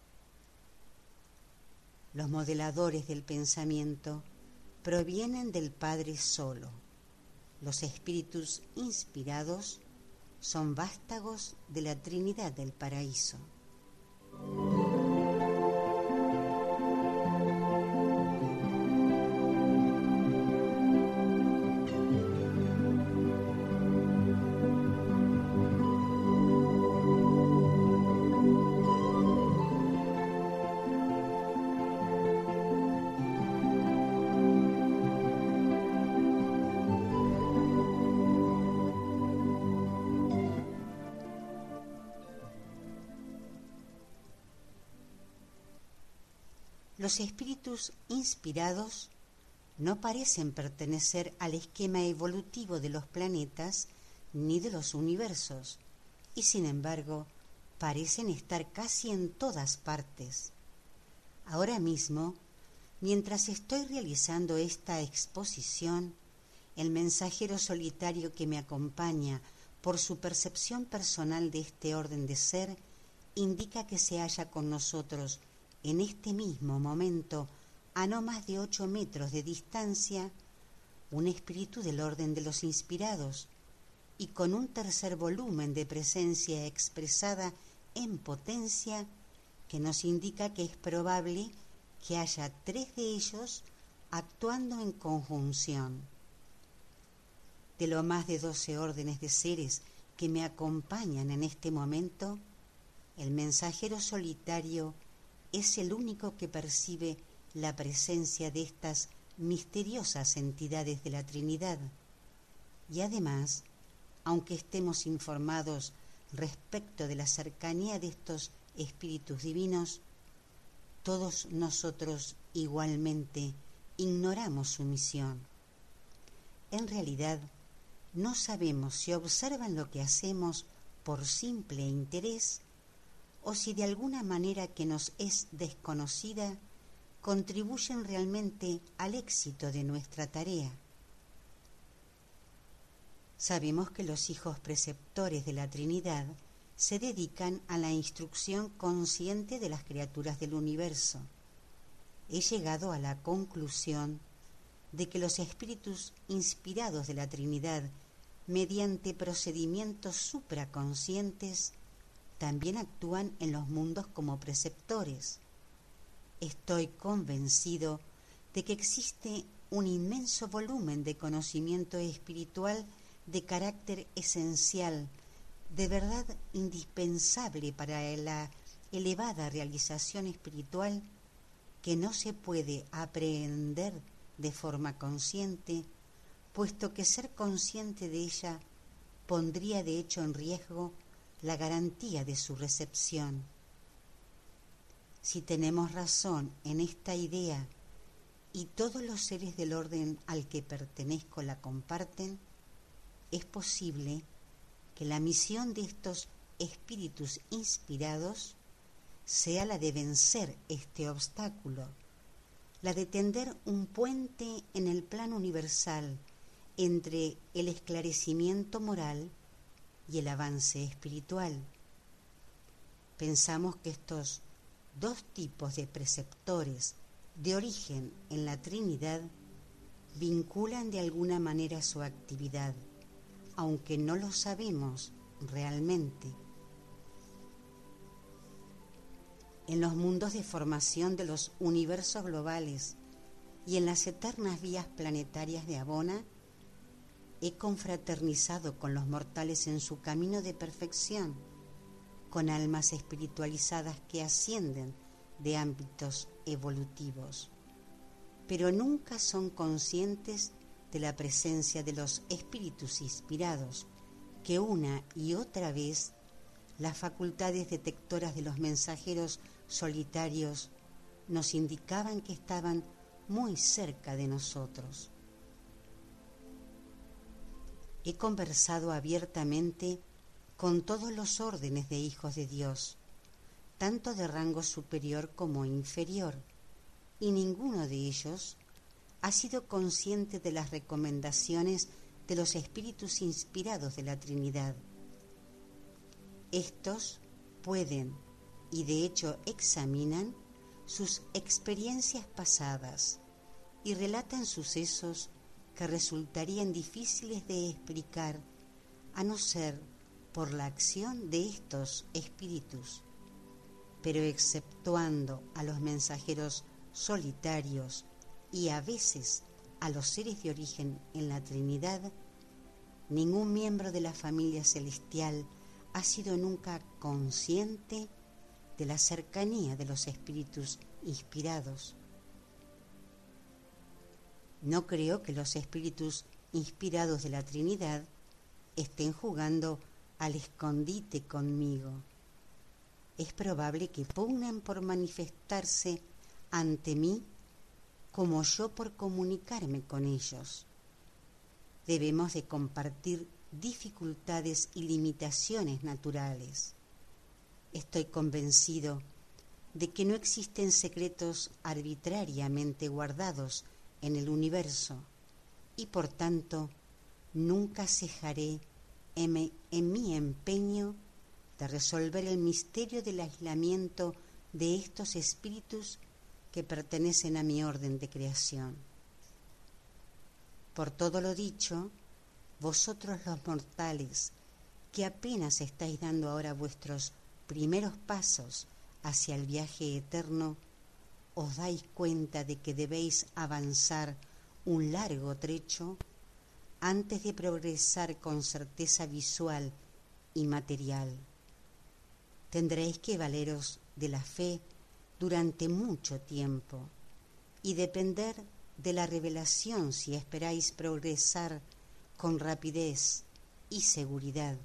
Los modeladores del pensamiento provienen del Padre solo. Los espíritus inspirados son vástagos de la Trinidad del Paraíso. Los espíritus inspirados no parecen pertenecer al esquema evolutivo de los planetas ni de los universos, y sin embargo parecen estar casi en todas partes. Ahora mismo, mientras estoy realizando esta exposición, el mensajero solitario que me acompaña por su percepción personal de este orden de ser, indica que se halla con nosotros en este mismo momento, a no más de ocho metros de distancia, un espíritu del orden de los inspirados y con un tercer volumen de presencia expresada en potencia que nos indica que es probable que haya tres de ellos actuando en conjunción. De lo más de doce órdenes de seres que me acompañan en este momento, el mensajero solitario es el único que percibe la presencia de estas misteriosas entidades de la Trinidad. Y además, aunque estemos informados respecto de la cercanía de estos espíritus divinos, todos nosotros igualmente ignoramos su misión. En realidad, no sabemos si observan lo que hacemos por simple interés o si de alguna manera que nos es desconocida contribuyen realmente al éxito de nuestra tarea. Sabemos que los hijos preceptores de la Trinidad se dedican a la instrucción consciente de las criaturas del universo. he llegado a la conclusión de que los espíritus inspirados de la Trinidad, mediante procedimientos supraconscientes, también actúan en los mundos como preceptores. Estoy convencido de que existe un inmenso volumen de conocimiento espiritual de carácter esencial, de verdad indispensable para la elevada realización espiritual, que no se puede aprehender de forma consciente, puesto que ser consciente de ella pondría de hecho en riesgo la garantía de su recepción. Si tenemos razón en esta idea y todos los seres del orden al que pertenezco la comparten, es posible que la misión de estos espíritus inspirados sea la de vencer este obstáculo, la de tender un puente en el plano universal entre el esclarecimiento moral y el avance espiritual. Pensamos que estos dos tipos de preceptores de origen en la Trinidad vinculan de alguna manera su actividad, aunque no lo sabemos realmente. En los mundos de formación de los universos globales y en las eternas vías planetarias de Abona, he confraternizado con los mortales en su camino de perfección, con almas espiritualizadas que ascienden de ámbitos evolutivos, pero nunca son conscientes de la presencia de los espíritus inspirados, que una y otra vez las facultades detectoras de los mensajeros solitarios nos indicaban que estaban muy cerca de nosotros. He conversado abiertamente con todos los órdenes de hijos de Dios, tanto de rango superior como inferior, y ninguno de ellos ha sido consciente de las recomendaciones de los espíritus inspirados de la Trinidad. Estos pueden, y de hecho examinan, sus experiencias pasadas y relatan sucesos que resultarían difíciles de explicar a no ser por la acción de estos espíritus, pero exceptuando a los mensajeros solitarios y a veces a los seres de origen en la Trinidad, ningún miembro de la familia celestial ha sido nunca consciente de la cercanía de los espíritus inspirados. No creo que los espíritus inspirados de la Trinidad estén jugando al escondite conmigo. Es probable que pugnen por manifestarse ante mí como yo por comunicarme con ellos. Debemos de compartir dificultades y limitaciones naturales. Estoy convencido de que no existen secretos arbitrariamente guardados en el universo y por tanto nunca cejaré en mi, en mi empeño de resolver el misterio del aislamiento de estos espíritus que pertenecen a mi orden de creación. Por todo lo dicho, vosotros los mortales, que apenas estáis dando ahora vuestros primeros pasos hacia el viaje eterno, os dais cuenta de que debéis avanzar un largo trecho antes de progresar con certeza visual y material. Tendréis que valeros de la fe durante mucho tiempo y depender de la revelación si esperáis progresar con rapidez y seguridad.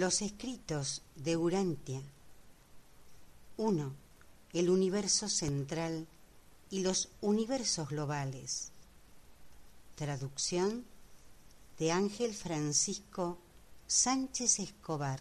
Los escritos de Urantia. uno. El universo central y los universos globales. Traducción de Ángel Francisco Sánchez Escobar.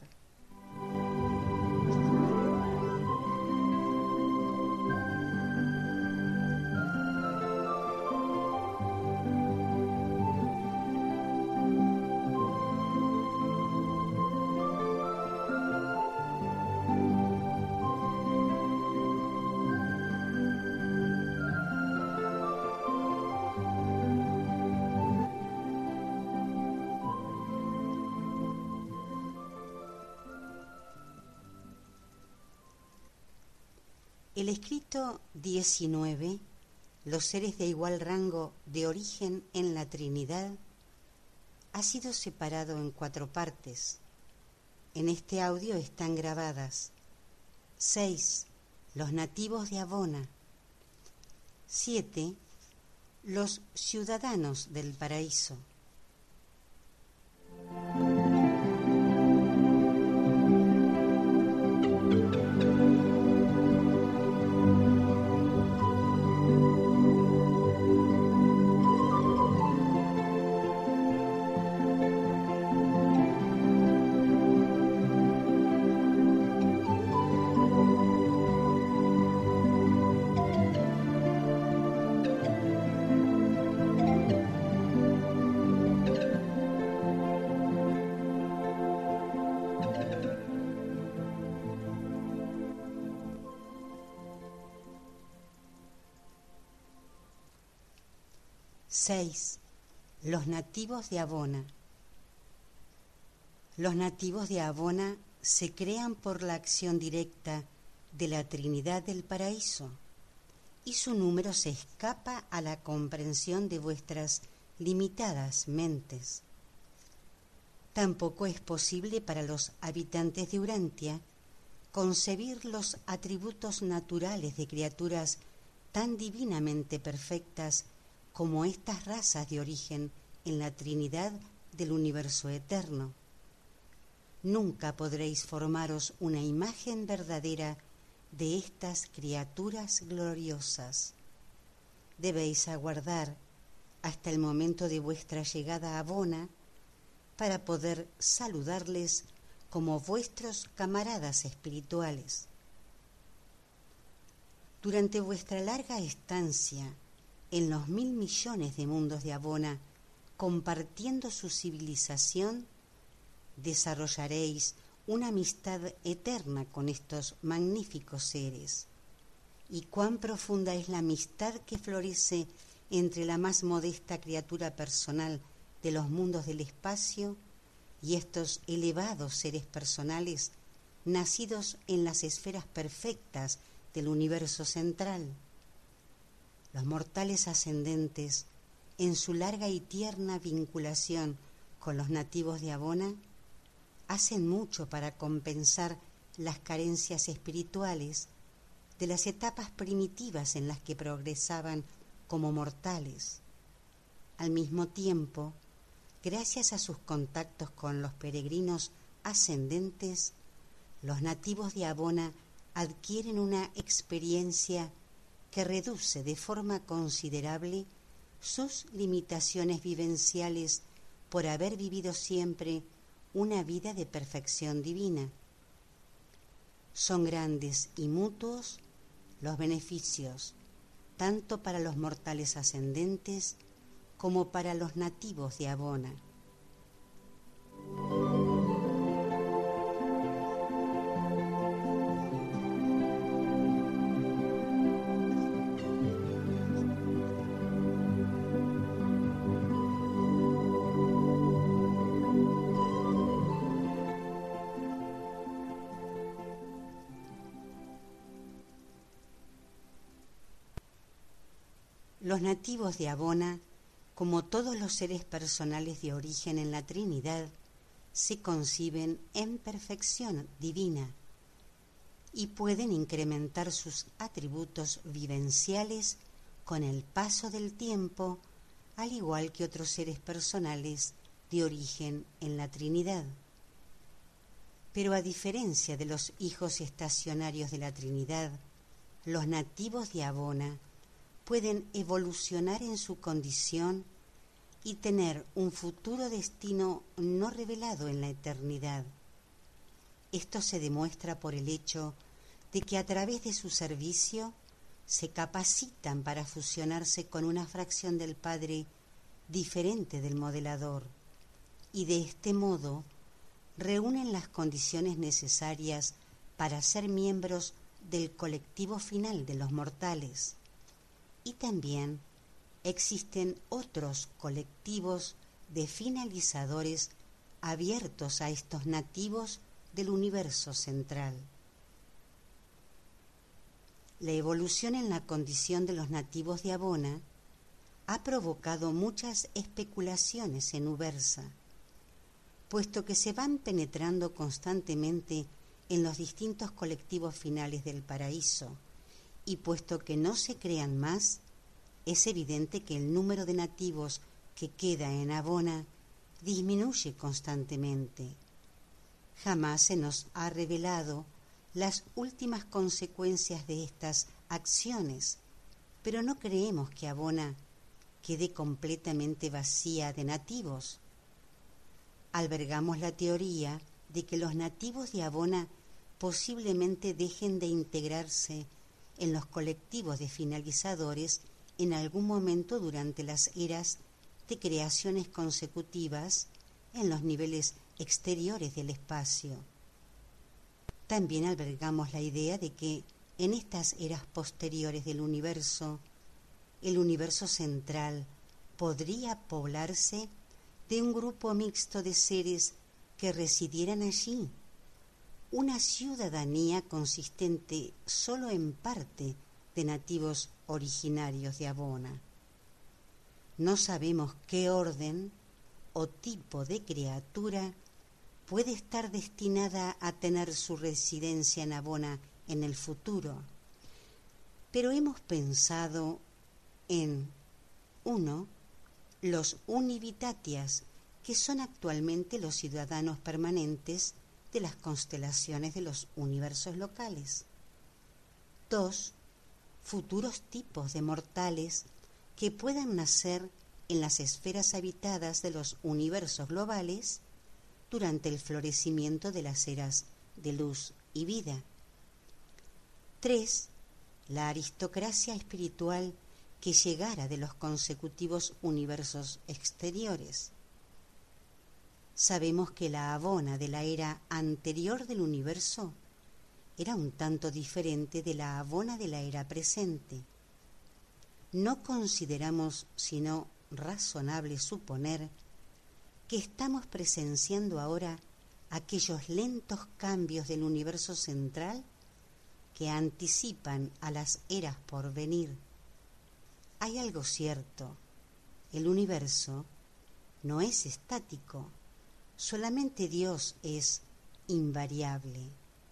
El escrito diecinueve, los seres de igual rango de origen en la Trinidad, ha sido separado en cuatro partes. En este audio están grabadas seis. Los nativos de Abona. siete. Los ciudadanos del paraíso. seis. Los nativos de Abona. Los nativos de Abona se crean por la acción directa de la Trinidad del Paraíso, y su número se escapa a la comprensión de vuestras limitadas mentes. Tampoco es posible para los habitantes de Urantia concebir los atributos naturales de criaturas tan divinamente perfectas como estas razas de origen en la Trinidad del universo eterno. Nunca podréis formaros una imagen verdadera de estas criaturas gloriosas. Debéis aguardar hasta el momento de vuestra llegada a Abona para poder saludarles como vuestros camaradas espirituales. Durante vuestra larga estancia en los mil millones de mundos de Abona, compartiendo su civilización, desarrollaréis una amistad eterna con estos magníficos seres. Y cuán profunda es la amistad que florece entre la más modesta criatura personal de los mundos del espacio y estos elevados seres personales nacidos en las esferas perfectas del universo central. Los mortales ascendentes, en su larga y tierna vinculación con los nativos de Abona, hacen mucho para compensar las carencias espirituales de las etapas primitivas en las que progresaban como mortales. Al mismo tiempo, gracias a sus contactos con los peregrinos ascendentes, los nativos de Abona adquieren una experiencia que reduce de forma considerable sus limitaciones vivenciales por haber vivido siempre una vida de perfección divina. Son grandes y mutuos los beneficios, tanto para los mortales ascendentes como para los nativos de Abona. Los nativos de Abona, como todos los seres personales de origen en la Trinidad, se conciben en perfección divina y pueden incrementar sus atributos vivenciales con el paso del tiempo, al igual que otros seres personales de origen en la Trinidad. Pero a diferencia de los hijos estacionarios de la Trinidad, los nativos de Abona pueden evolucionar en su condición y tener un futuro destino no revelado en la eternidad. Esto se demuestra por el hecho de que a través de su servicio se capacitan para fusionarse con una fracción del Padre diferente del modelador, y de este modo reúnen las condiciones necesarias para ser miembros del colectivo final de los mortales. Y también existen otros colectivos de finalizadores abiertos a estos nativos del universo central. La evolución en la condición de los nativos de Abona ha provocado muchas especulaciones en Ubersa, puesto que se van penetrando constantemente en los distintos colectivos finales del paraíso, y puesto que no se crean más, es evidente que el número de nativos que queda en Abona disminuye constantemente. Jamás se nos ha revelado las últimas consecuencias de estas acciones, pero no creemos que Abona quede completamente vacía de nativos. Albergamos la teoría de que los nativos de Abona posiblemente dejen de integrarse en los colectivos de finalizadores en algún momento durante las eras de creaciones consecutivas en los niveles exteriores del espacio. También albergamos la idea de que en estas eras posteriores del universo, el universo central podría poblarse de un grupo mixto de seres que residieran allí, una ciudadanía consistente solo en parte de nativos originarios de Abona. No sabemos qué orden o tipo de criatura puede estar destinada a tener su residencia en Abona en el futuro, pero hemos pensado en uno, los univitatias, que son actualmente los ciudadanos permanentes de las constelaciones de los universos locales. Dos, futuros tipos de mortales que puedan nacer en las esferas habitadas de los universos globales durante el florecimiento de las eras de luz y vida. Tres, la aristocracia espiritual que llegara de los consecutivos universos exteriores. Sabemos que la Abona de la era anterior del universo era un tanto diferente de la Abona de la era presente. No consideramos sino razonable suponer que estamos presenciando ahora aquellos lentos cambios del universo central que anticipan a las eras por venir. Hay algo cierto: el universo no es estático, solamente Dios es invariable.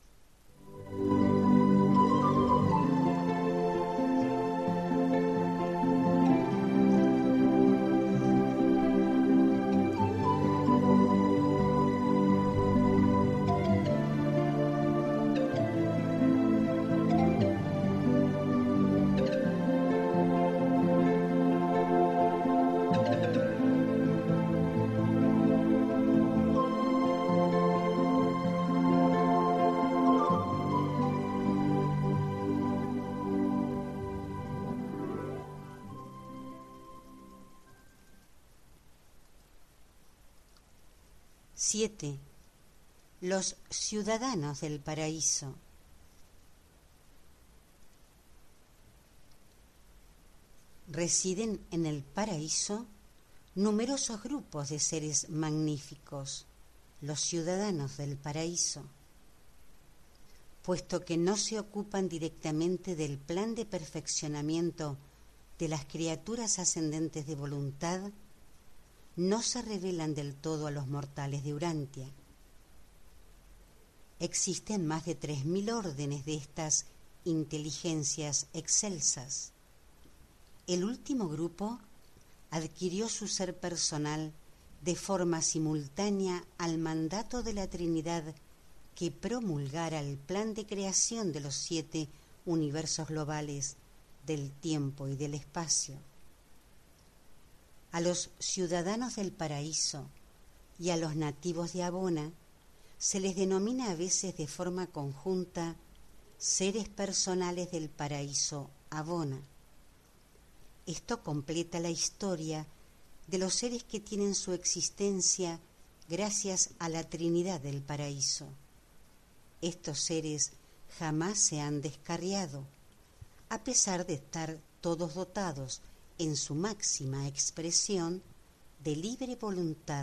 Siete. Los ciudadanos del paraíso. Residen en el paraíso numerosos grupos de seres magníficos, los ciudadanos del paraíso. Puesto que no se ocupan directamente del plan de perfeccionamiento de las criaturas ascendentes de voluntad, no se revelan del todo a los mortales de Urantia. Existen más de tres mil órdenes de estas inteligencias excelsas. El último grupo adquirió su ser personal de forma simultánea al mandato de la Trinidad que promulgara el plan de creación de los siete universos globales del tiempo y del espacio. A los ciudadanos del paraíso y a los nativos de Abona se les denomina a veces de forma conjunta seres personales del paraíso Abona. Esto completa la historia de los seres que tienen su existencia gracias a la Trinidad del paraíso. Estos seres jamás se han descarriado, a pesar de estar todos dotados en su máxima expresión de libre voluntad.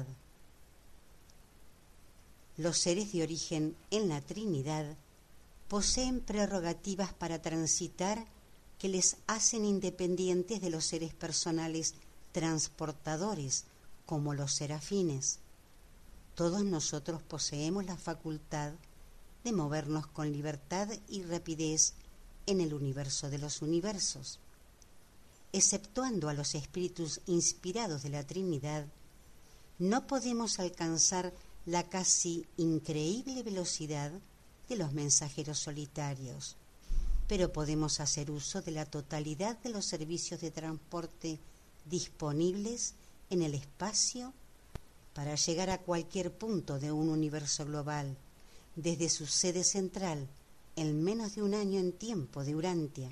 Los seres de origen en la Trinidad poseen prerrogativas para transitar que les hacen independientes de los seres personales transportadores, como los serafines. Todos nosotros poseemos la facultad de movernos con libertad y rapidez en el universo de los universos. Exceptuando a los espíritus inspirados de la Trinidad, no podemos alcanzar la casi increíble velocidad de los mensajeros solitarios, pero podemos hacer uso de la totalidad de los servicios de transporte disponibles en el espacio para llegar a cualquier punto de un universo global, desde su sede central, en menos de un año en tiempo de Urantia.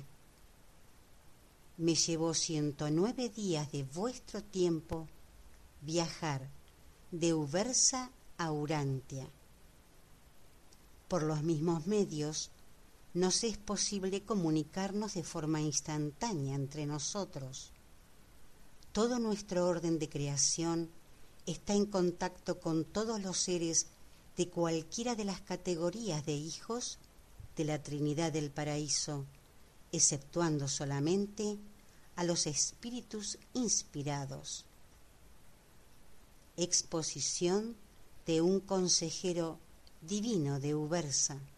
Me llevó ciento nueve días de vuestro tiempo viajar de Ubersa a Urantia. Por los mismos medios, nos es posible comunicarnos de forma instantánea entre nosotros. Todo nuestro orden de creación está en contacto con todos los seres de cualquiera de las categorías de hijos de la Trinidad del Paraíso, exceptuando solamente a los espíritus inspirados. Exposición de un consejero divino de Ubersa.